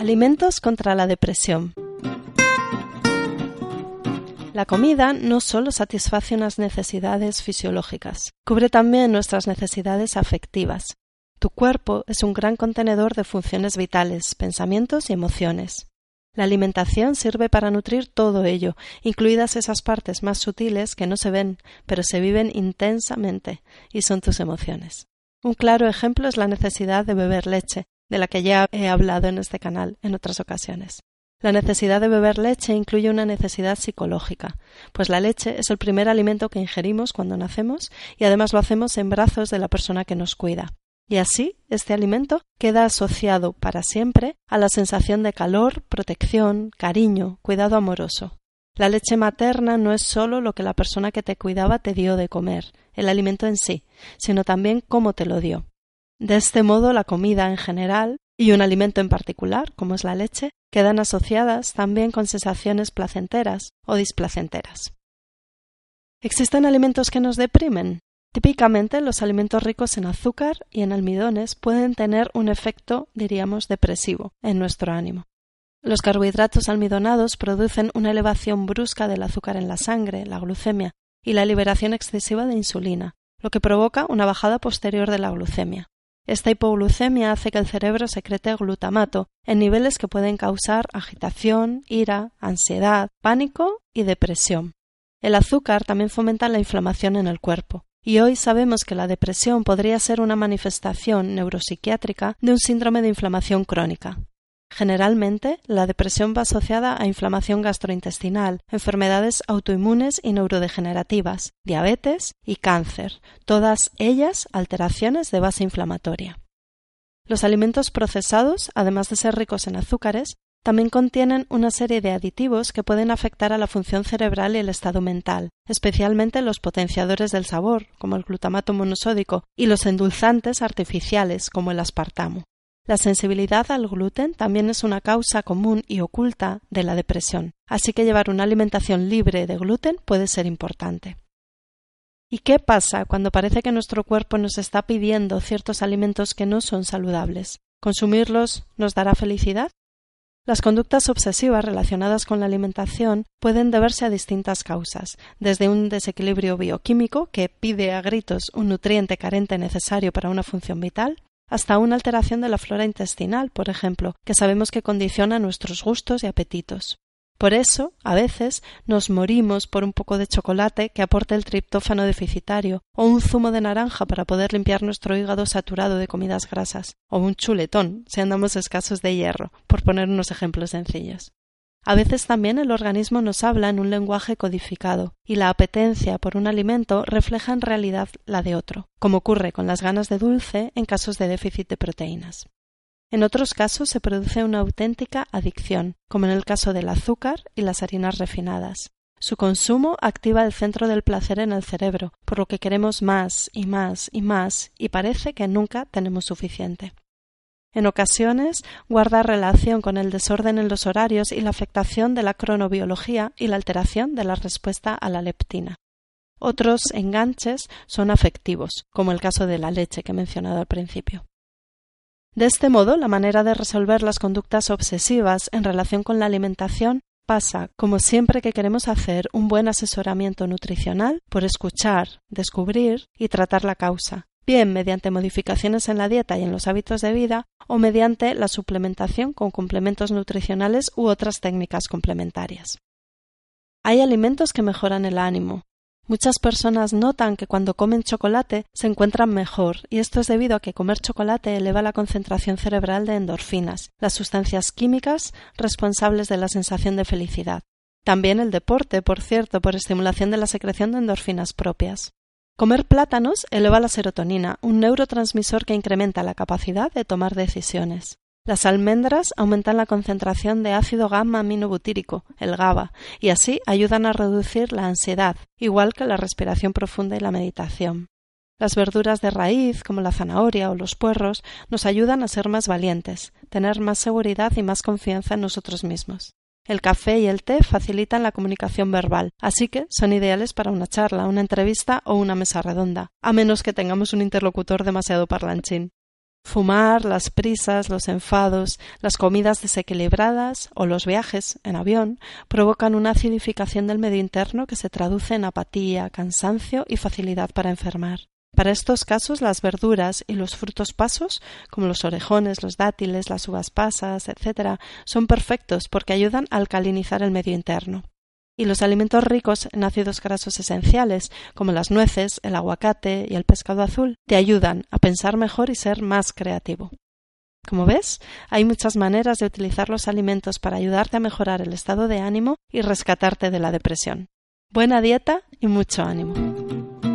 Alimentos contra la depresión. La comida no solo satisface unas necesidades fisiológicas, cubre también nuestras necesidades afectivas. Tu cuerpo es un gran contenedor de funciones vitales, pensamientos y emociones. La alimentación sirve para nutrir todo ello, incluidas esas partes más sutiles que no se ven, pero se viven intensamente, y son tus emociones. Un claro ejemplo es la necesidad de beber leche, de la que ya he hablado en este canal en otras ocasiones. La necesidad de beber leche incluye una necesidad psicológica, pues la leche es el primer alimento que ingerimos cuando nacemos y además lo hacemos en brazos de la persona que nos cuida. Y así, este alimento queda asociado para siempre a la sensación de calor, protección, cariño, cuidado amoroso. La leche materna no es solo lo que la persona que te cuidaba te dio de comer, el alimento en sí, sino también cómo te lo dio. De este modo, la comida en general y un alimento en particular, como es la leche, quedan asociadas también con sensaciones placenteras o displacenteras. ¿Existen alimentos que nos deprimen? Típicamente, los alimentos ricos en azúcar y en almidones pueden tener un efecto, diríamos, depresivo en nuestro ánimo. Los carbohidratos almidonados producen una elevación brusca del azúcar en la sangre, la glucemia, y la liberación excesiva de insulina, lo que provoca una bajada posterior de la glucemia. Esta hipoglucemia hace que el cerebro secrete glutamato en niveles que pueden causar agitación, ira, ansiedad, pánico y depresión. El azúcar también fomenta la inflamación en el cuerpo, y hoy sabemos que la depresión podría ser una manifestación neuropsiquiátrica de un síndrome de inflamación crónica. Generalmente, la depresión va asociada a inflamación gastrointestinal, enfermedades autoinmunes y neurodegenerativas, diabetes y cáncer, todas ellas alteraciones de base inflamatoria. Los alimentos procesados, además de ser ricos en azúcares, también contienen una serie de aditivos que pueden afectar a la función cerebral y el estado mental, especialmente los potenciadores del sabor, como el glutamato monosódico, y los endulzantes artificiales, como el aspartamo. La sensibilidad al gluten también es una causa común y oculta de la depresión, así que llevar una alimentación libre de gluten puede ser importante. ¿Y qué pasa cuando parece que nuestro cuerpo nos está pidiendo ciertos alimentos que no son saludables? ¿Consumirlos nos dará felicidad? Las conductas obsesivas relacionadas con la alimentación pueden deberse a distintas causas, desde un desequilibrio bioquímico que pide a gritos un nutriente carente necesario para una función vital, hasta una alteración de la flora intestinal, por ejemplo, que sabemos que condiciona nuestros gustos y apetitos. Por eso, a veces, nos morimos por un poco de chocolate que aporte el triptófano deficitario, o un zumo de naranja para poder limpiar nuestro hígado saturado de comidas grasas, o un chuletón, si andamos escasos de hierro, por poner unos ejemplos sencillos. A veces también el organismo nos habla en un lenguaje codificado, y la apetencia por un alimento refleja en realidad la de otro, como ocurre con las ganas de dulce en casos de déficit de proteínas. En otros casos se produce una auténtica adicción, como en el caso del azúcar y las harinas refinadas. Su consumo activa el centro del placer en el cerebro, por lo que queremos más y más y más, y parece que nunca tenemos suficiente. En ocasiones, guarda relación con el desorden en los horarios y la afectación de la cronobiología y la alteración de la respuesta a la leptina. Otros enganches son afectivos, como el caso de la leche que he mencionado al principio. De este modo, la manera de resolver las conductas obsesivas en relación con la alimentación pasa, como siempre que queremos hacer un buen asesoramiento nutricional, por escuchar, descubrir y tratar la causa, bien mediante modificaciones en la dieta y en los hábitos de vida o mediante la suplementación con complementos nutricionales u otras técnicas complementarias. Hay alimentos que mejoran el ánimo. Muchas personas notan que cuando comen chocolate se encuentran mejor, y esto es debido a que comer chocolate eleva la concentración cerebral de endorfinas, las sustancias químicas responsables de la sensación de felicidad. También el deporte, por cierto, por estimulación de la secreción de endorfinas propias. Comer plátanos eleva la serotonina, un neurotransmisor que incrementa la capacidad de tomar decisiones. Las almendras aumentan la concentración de ácido gamma-aminobutírico, el GABA, y así ayudan a reducir la ansiedad, igual que la respiración profunda y la meditación. Las verduras de raíz, como la zanahoria o los puerros, nos ayudan a ser más valientes, tener más seguridad y más confianza en nosotros mismos. El café y el té facilitan la comunicación verbal, así que son ideales para una charla, una entrevista o una mesa redonda, a menos que tengamos un interlocutor demasiado parlanchín. Fumar, las prisas, los enfados, las comidas desequilibradas o los viajes en avión provocan una acidificación del medio interno que se traduce en apatía, cansancio y facilidad para enfermar. Para estos casos, las verduras y los frutos passos, como los orejones, los dátiles, las uvas pasas, etc., son perfectos porque ayudan a alcalinizar el medio interno. Y los alimentos ricos en ácidos grasos esenciales, como las nueces, el aguacate y el pescado azul, te ayudan a pensar mejor y ser más creativo. Como ves, hay muchas maneras de utilizar los alimentos para ayudarte a mejorar el estado de ánimo y rescatarte de la depresión. Buena dieta y mucho ánimo.